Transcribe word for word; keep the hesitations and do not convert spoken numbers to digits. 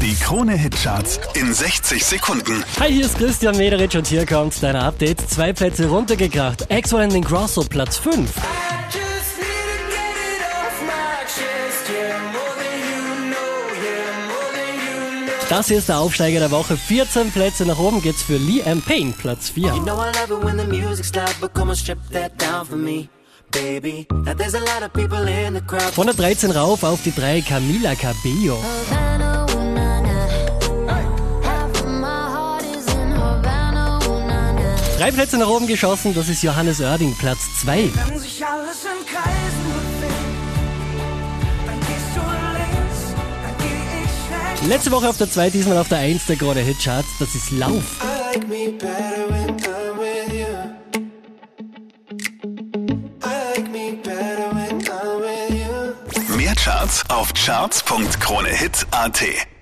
Die Krone-Hitcharts in sechzig Sekunden. Hi, hier ist Christian Mederitsch und hier kommt dein Update. Zwei Plätze runtergekracht. Axwell and Ingrosso, Platz fünf. Das hier ist der Aufsteiger der Woche. vierzehn Plätze nach oben geht's für Liam Payne, Platz vier. Von der dreizehn rauf auf die drei, Camila Cabello. Drei Plätze nach oben geschossen, das ist Johannes Oerding, Platz zwei. Letzte Woche auf der zwei, diesmal auf der eins der Krone-Hitcharts, das ist Lauf. Mehr Charts auf charts punkt kronehit punkt at.